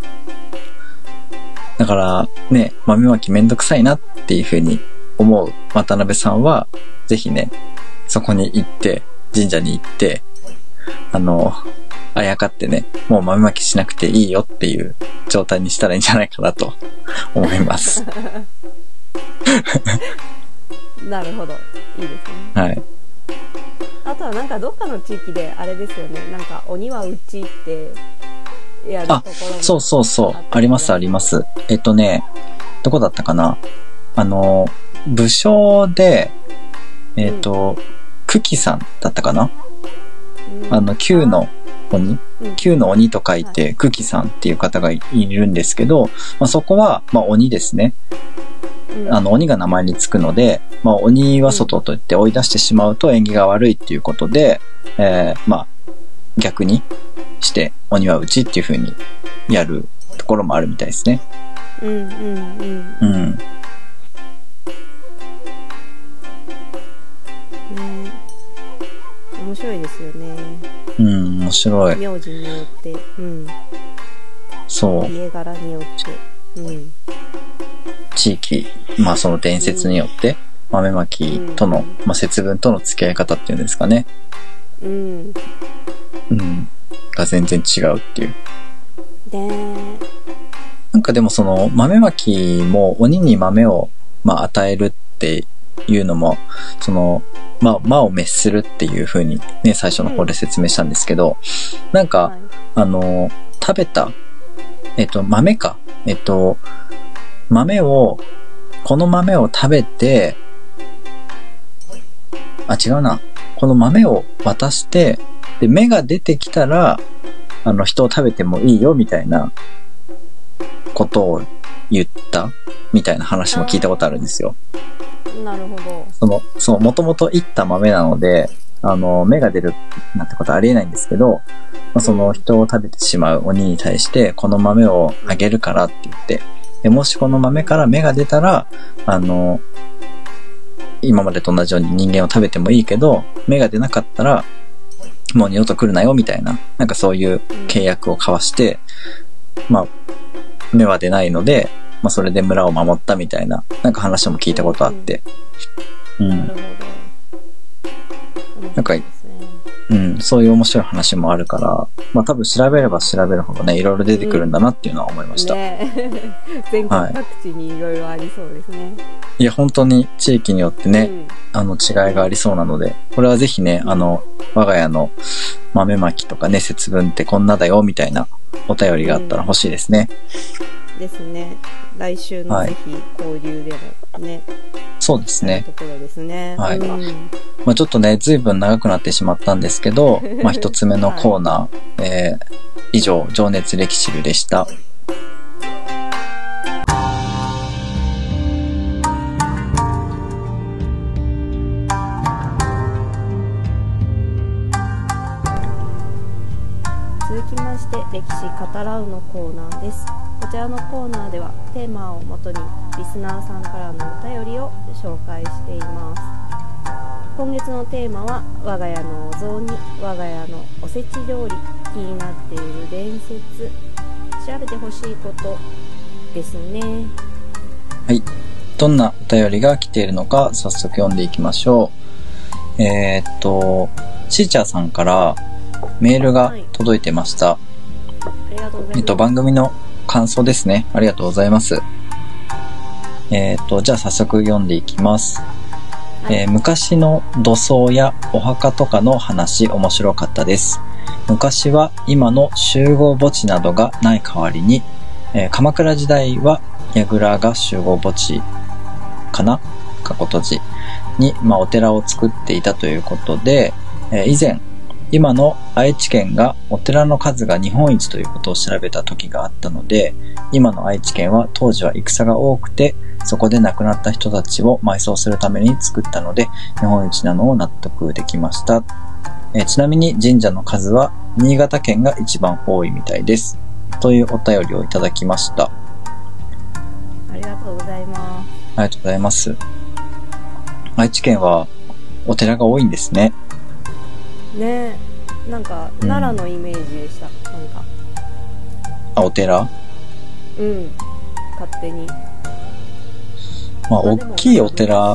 だからね、豆まきめんどくさいなっていう風に思う渡辺さんは、ぜひね、そこに行って、神社に行って、あやかってね、もう豆まきしなくていいよっていう状態にしたらいいんじゃないかなと思います。 なるほど。いいですね。 はい。 あとはなんかどっかの地域であれですよね。なんか鬼はうちってやるところも。 そう。ありますあります。どこだったかな？武将で、久喜さんだったかな？旧の鬼、旧の鬼と書いて久喜さんっていう方がいるんですけど、そこは、鬼ですね。鬼が名前につくので、鬼は外と言って追い出してしまうと縁起が悪いっていうことで、逆にして鬼はうちっていう風にやるところもあるみたいですね。 面白いですよね。 面白い。 名字によって、 そう。 家柄によって、 地域、その伝説によって、豆まきとの、節分との付き合い方っていうんですかね。が全然違うっていう。なんかでもその豆まきも鬼に豆を、与えるっていうのも、その、魔を滅するっていう風にね、最初の方で説明したんですけど、なんか、食べた、豆か。この豆を食べて、違うな。この豆を渡して、で、芽が出てきたら、人を食べてもいいよ、みたいなことを言ったみたいな話も聞いたことあるんですよ。 なるほど。 もともといった豆なので、芽が出るなんてことはありえないんですけど、その人を食べてしまう鬼に対して、この豆をあげるからって言って、 でもしこの豆から芽が出たら、今までと同じように人間を食べてもいいけど、芽が出なかったら、もう二度と来るなよみたいな、なんかそういう契約を交わして、まあ、芽は出ないので、まあそれで村を守ったみたいな、なんか話も聞いたことあって。うん。 なるほど。 なんか、うん、そういう面白い話もあるから、まあ多分調べれば調べるほどね、いろいろ出てくるんだなっていうのは思いました。 ね、全国各地にいろいろありそうですね。 いや、本当に地域によってね、違いがありそうなので、これはぜひね、我が家の豆まきとかね、節分ってこんなだよ、みたいなお便りがあったら欲しいですね。 ですね。来週のぜひ交流でもね。 そうですね。 ところですね。 はい。まあちょっとね、随分長くなってしまったんですけど、まあ一つ目のコーナー、以上、情熱歴史部でした。 続きまして、歴史語らうのコーナーです。こちらのコーナーではテーマをもとにリスナーさんからのお便りを紹介しています。今月のテーマは我が家のお雑煮、我が家のおせち料理、気になっている伝説、調べてほしいことですね。 はい。どんなお便りが来ているのか早速読んでいきましょう。しーちゃーさんからメールが届いてました。 ありがとうございます。 番組の感想ですね。ありがとうございます。じゃあ早速読んでいきます。昔の土葬やお墓とかの話面白かったです。昔は今の集合墓地などがない代わりに、鎌倉時代は櫓が集合墓地かなかこ閉じに、お寺を作っていたということで、以前今の愛知県がお寺の数が日本一ということを調べた時があったので、今の愛知県は当時は戦が多くて、そこで亡くなった人たちを埋葬するために作ったので、日本一なのを納得できました。ちなみに神社の数は新潟県が一番多いみたいです。というお便りをいただきました。 ありがとうございます。 ありがとうございます。愛知県はお寺が多いんですね。 ねえ、なんか奈良のイメージでした。なんかお寺？ 勝手に。 大きいお寺、は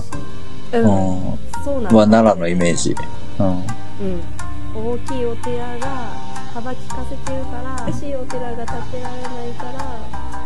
奈良のイメージ。 大きいお寺が幅利かせてるから、新しいお寺が建てられないから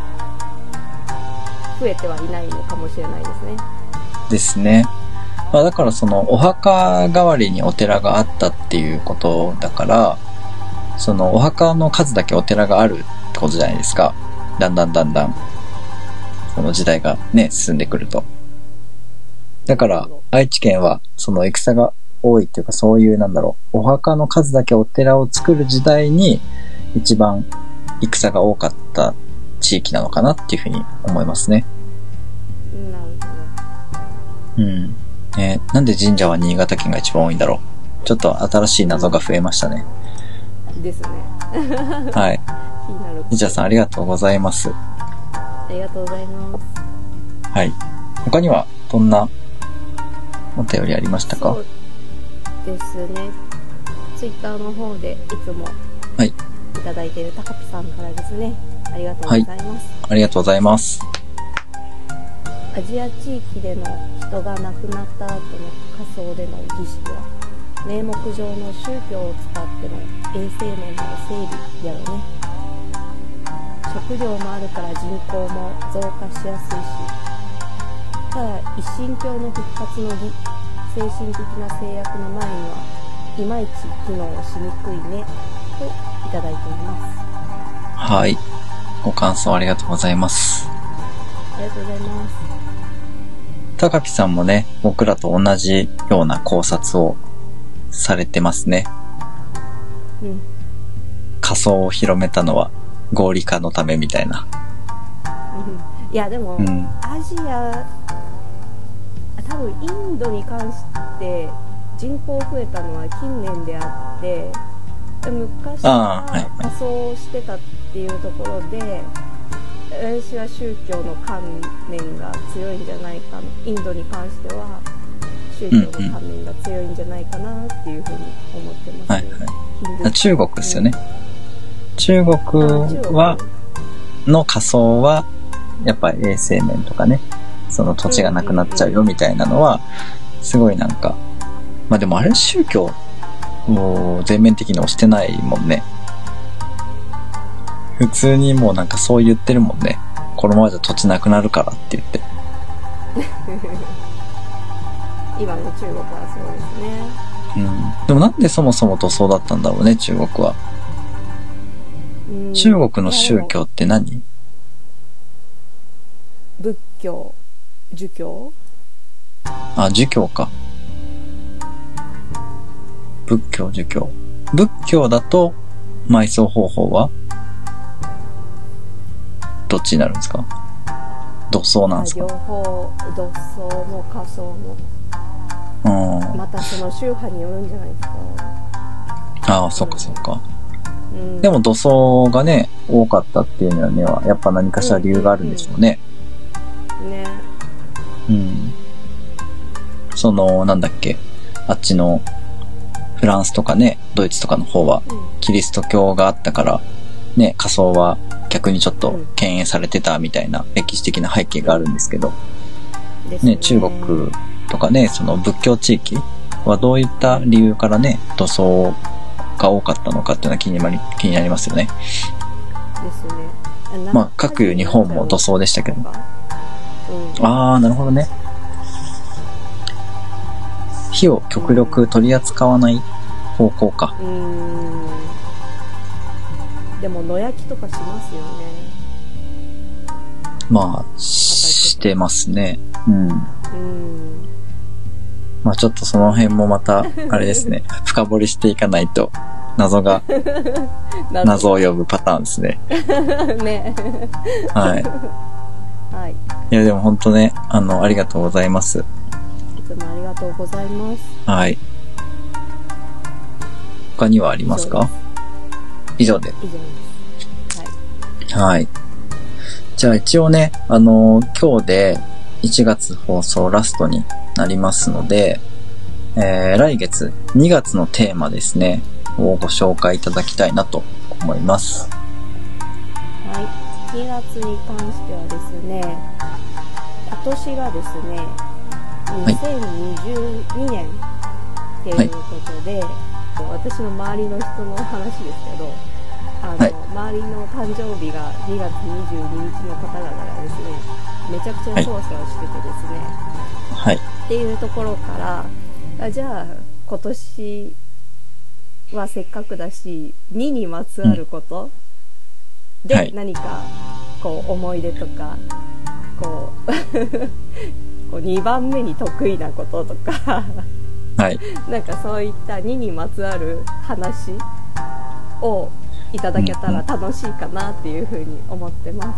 増えてはいないのかもしれないですね。 ですね。だからそのお墓代わりにお寺があったっていうことだから、そのお墓の数だけお寺があるってことじゃないですか。だんだんこの時代がね進んでくると。だから愛知県はその戦が多いっていうか、そういうお墓の数だけお寺を作る時代に一番戦が多かった地域なのかなっていうふうに思いますね。 なるほど。 なんで神社は新潟県が一番多いんだろう。ちょっと新しい謎が増えましたね。 ですね。 はい。 気になる。 神社さんありがとうございます。 ありがとうございます。 はい。他にはどんなお便りありましたか？ そうですね。ツイッターの方でいつもいただいているたかぴさんからですね。ありがとうございます。 ありがとうございます。 アジア地域での人が亡くなった後の火葬での儀式は名目上の宗教を使っての衛生面の整備やろね。食料もあるから人口も増加しやすいし、ただ一神教の復活の儀、精神的な制約の前にはいまいち機能しにくいねといただいています。 はい、ご感想ありがとうございます。 ありがとうございます。 高木さんもね、僕らと同じような考察をされてますね。仮想を広めたのは合理化のためみたいな。 いやでも、アジア、多分インドに関して人口増えたのは近年であって、昔から仮装してたっていうところで、 私は宗教の観念が強いんじゃないかな、インドに関しては宗教の観念が強いんじゃないかなっていうふうに思ってますね。 はいはい、中国ですよね。中国はの仮想はやっぱり衛生面とかね、その土地がなくなっちゃうよみたいなのはすごいなんか、まあでもあれ宗教を全面的に押してないもんね。普通にもうなんかそう言ってるもんね。このままじゃ土地なくなるからって言って今の中国はそうですね。 うん。でもなんでそもそも土葬だったんだろうね、中国は。中国の宗教って何？ 仏教、儒教？ あ、儒教か。仏教、儒教。仏教だと埋葬方法はどっちになるんですか？土葬なんですか？ 両方、土葬も火葬も。またその宗派によるんじゃないですか。 ああ、そっかそっか。でも土葬がね、多かったっていうのには、やっぱ何かしら理由があるんでしょうね。 ね。 うん。その、なんだっけ、あっちの、フランスとかね、ドイツとかの方は、キリスト教があったから、ね、火葬は逆にちょっと敬遠されてたみたいな歴史的な背景があるんですけど、ね、中国とかね、その仏教地域はどういった理由からね、土葬が多かったのかっていうのは気になりますよね。ですね。まあ、各いう日本も土葬でしたけど。ああ、なるほどね。火を極力取り扱わない方向か。 でも野焼きとかしますよね。 まあ、してますね。まあちょっとその辺もまた、あれですね、深掘りしていかないと、謎を呼ぶパターンですね。 ね。 はい。 はい。 いやでも本当ね、ありがとうございます。 いつもありがとうございます。 はい。他にはありますか？以上で。はい。はい。じゃあ一応ね、今日で1月放送ラストになりますので、来月2月のテーマですね、をご紹介いただきたいなと思います。 はい。2月に関してはですね、今年がですね、2022年っていうことで、私の周りの人の話ですけど、周りの誕生日が2月22日の方々がですね、めちゃくちゃそわそわしててですね、 はい。 っていうところから、じゃあ今年はせっかくだし2にまつわることで何かこう思い出とかこう2番目に得意なこととかはい、 なんかそういった2にまつわる話をいただけたら楽しいかなっていうふうに思ってます。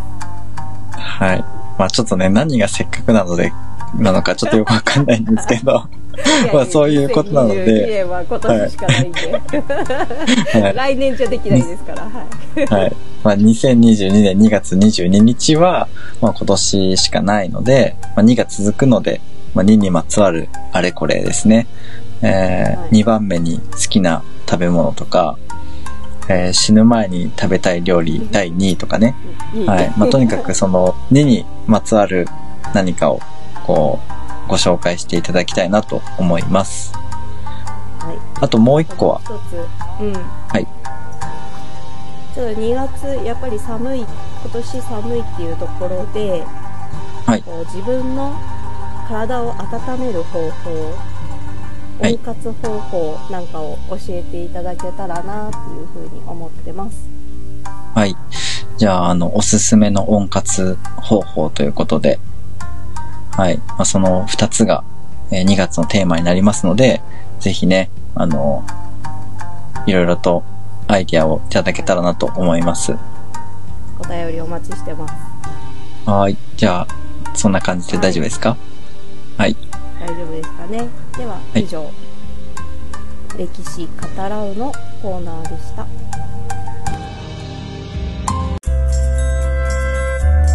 はい。まあちょっとね、何がせっかくなのかちょっとよくわかんないんですけどまあそういうことなので、2022 年は今年しかないんで、はい、来年じゃできないですから、はい。 はい。まあ2022年2月22日は、まあ今年しかないので、まあ2が続くので、まあ2にまつわるあれこれですね。2番目に好きな食べ物とか、死ぬ前に食べたい料理第2位とかね。はい。まあとにかくその2にまつわる何かをこうご紹介していただきたいなと思います。 はい。 あともう一個は。 一つ。 はい。 ちょっと2月やっぱり今年寒いっていうところで、 はい。 こう自分の体を温める方法、温活方法なんかを教えていただけたらなっていうふうに思ってます。 はい。じゃあおすすめの温活方法ということで、はい。まあ、その2つが2月のテーマになりますので、ぜひね、いろいろとアイディアをいただけたらなと思います。 お便りお待ちしてます。 はい。じゃあ、そんな感じで大丈夫ですか？はい。 大丈夫ですかね。では、以上、歴史語らうのコーナーでした。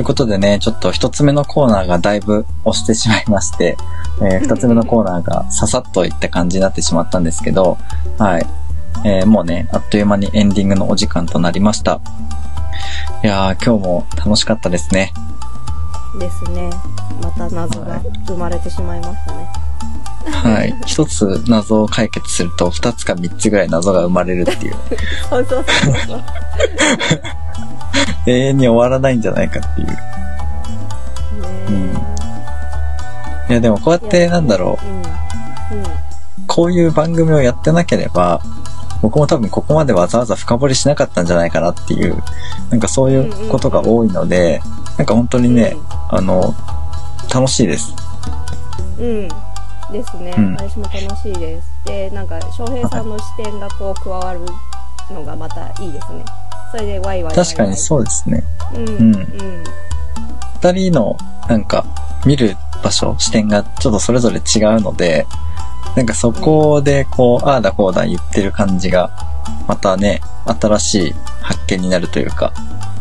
いうことでね、ちょっと一つ目のコーナーがだいぶ押してしまいまして、二つ目のコーナーがささっといった感じになってしまったんですけど、はい。もうね、あっという間にエンディングのお時間となりました。いやー、今日も楽しかったですね。 ですね。また謎が生まれてしまいましたね。 はい。一つ謎を解決すると、二つか三つぐらい謎が生まれるっていう。 そうそうそうそう。 永遠に終わらないんじゃないかっていう。いや、でもこうやってなんだろう、こういう番組をやってなければ、僕も多分ここまでわざわざ深掘りしなかったんじゃないかなっていう、なんかそういうことが多いので、なんか本当にね、楽しいです。 ですね。私も楽しいです。で、なんか翔平さんの視点がこう加わるのがまたいいですね。それでワイワイ。 確かにそうですね。二人のなんか見る場所、視点がちょっとそれぞれ違うので、なんかそこでこう、ああだこうだ言ってる感じが、またね、新しい発見になるというか。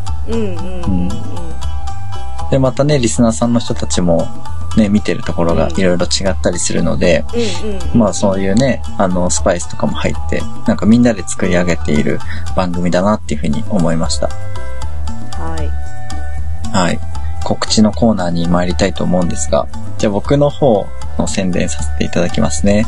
で、またね、リスナーさんの人たちも、ね、見てるところがいろいろ違ったりするので、まあそういうね、スパイスとかも入って、なんかみんなで作り上げている番組だなっていうふうに思いました。はい。告知のコーナーに参りたいと思うんですが、じゃあ僕の方の宣伝させていただきますね。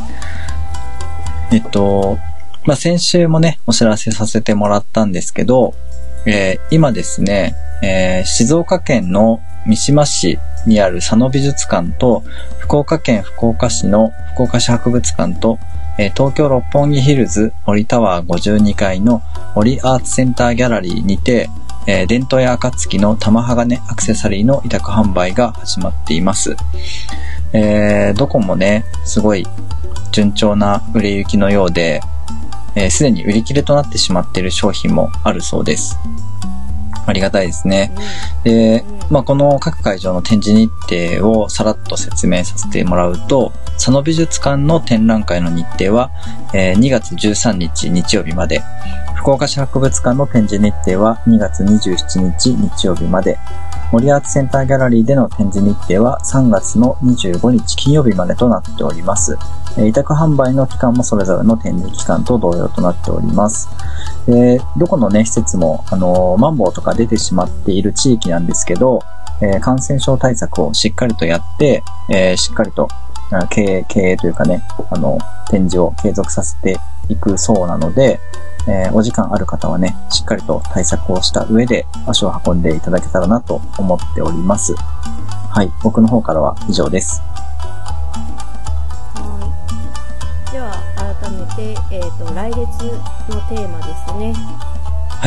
まあ先週もね、お知らせさせてもらったんですけど、今ですね、静岡県の三島市にある佐野美術館と、福岡県福岡市の福岡市博物館と、東京六本木ヒルズ森タワー52階の森アーツセンターギャラリーにて、伝統や暁の玉鋼アクセサリーの委託販売が始まっています。どこもね、すごい順調な売れ行きのようで、すでに売り切れとなってしまっている商品もあるそうです。ありがたいですね。で、まあ、この各会場の展示日程をさらっと説明させてもらうと、佐野美術館の展覧会の日程は、2月13日日曜日まで、福岡市博物館の展示日程は2月27日日曜日まで、森アーツセンターギャラリーでの展示日程は3月の25日金曜日までとなっております。委託販売の期間もそれぞれの展示期間と同様となっております。どこのね、施設も、マンボウとか出てしまっている地域なんですけど、感染症対策をしっかりとやって、しっかりと経営というかね、展示を継続させていくそうなので、お時間ある方はね、しっかりと対策をした上で足を運んでいただけたらなと思っております。はい、僕の方からは以上です。 では改めて、来月のテーマですね。 はい。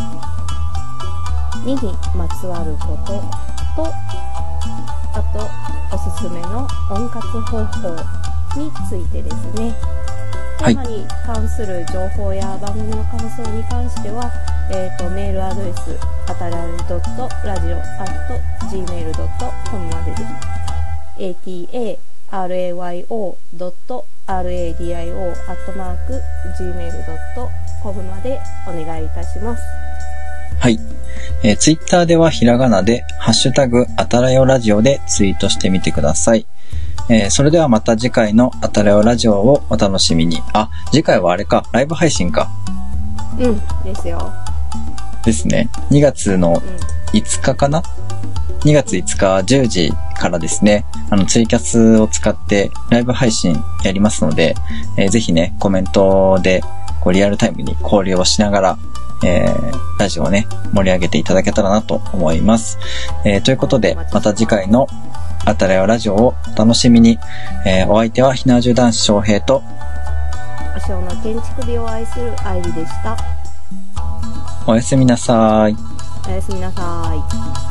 2にまつわることと、あとおすすめの温活方法についてですね。テーマに関する情報や番組の感想に関しては、メールアドレスatarayo.radio@gmail.com までです。atarayo.radio@gmail.com までお願いいたします。 はい。ツイッターではひらがなでハッシュタグあたらよラジオでツイートしてみてください。それではまた次回のあたらよラジオをお楽しみに。次回はあれか、ライブ配信か。 ですよ。 ですね。2月の5日かな、2月5日10時からですね、ツイキャスを使ってライブ配信やりますので、ぜひね、コメントでリアルタイムに交流をしながら、ラジオをね、盛り上げていただけたらなと思います。ということで、また次回のあたらよラジオをお楽しみに。お相手はひなわじゅう男子翔平と、 お正の建築美を愛する愛理でした。 おやすみなさい。 おやすみなさい。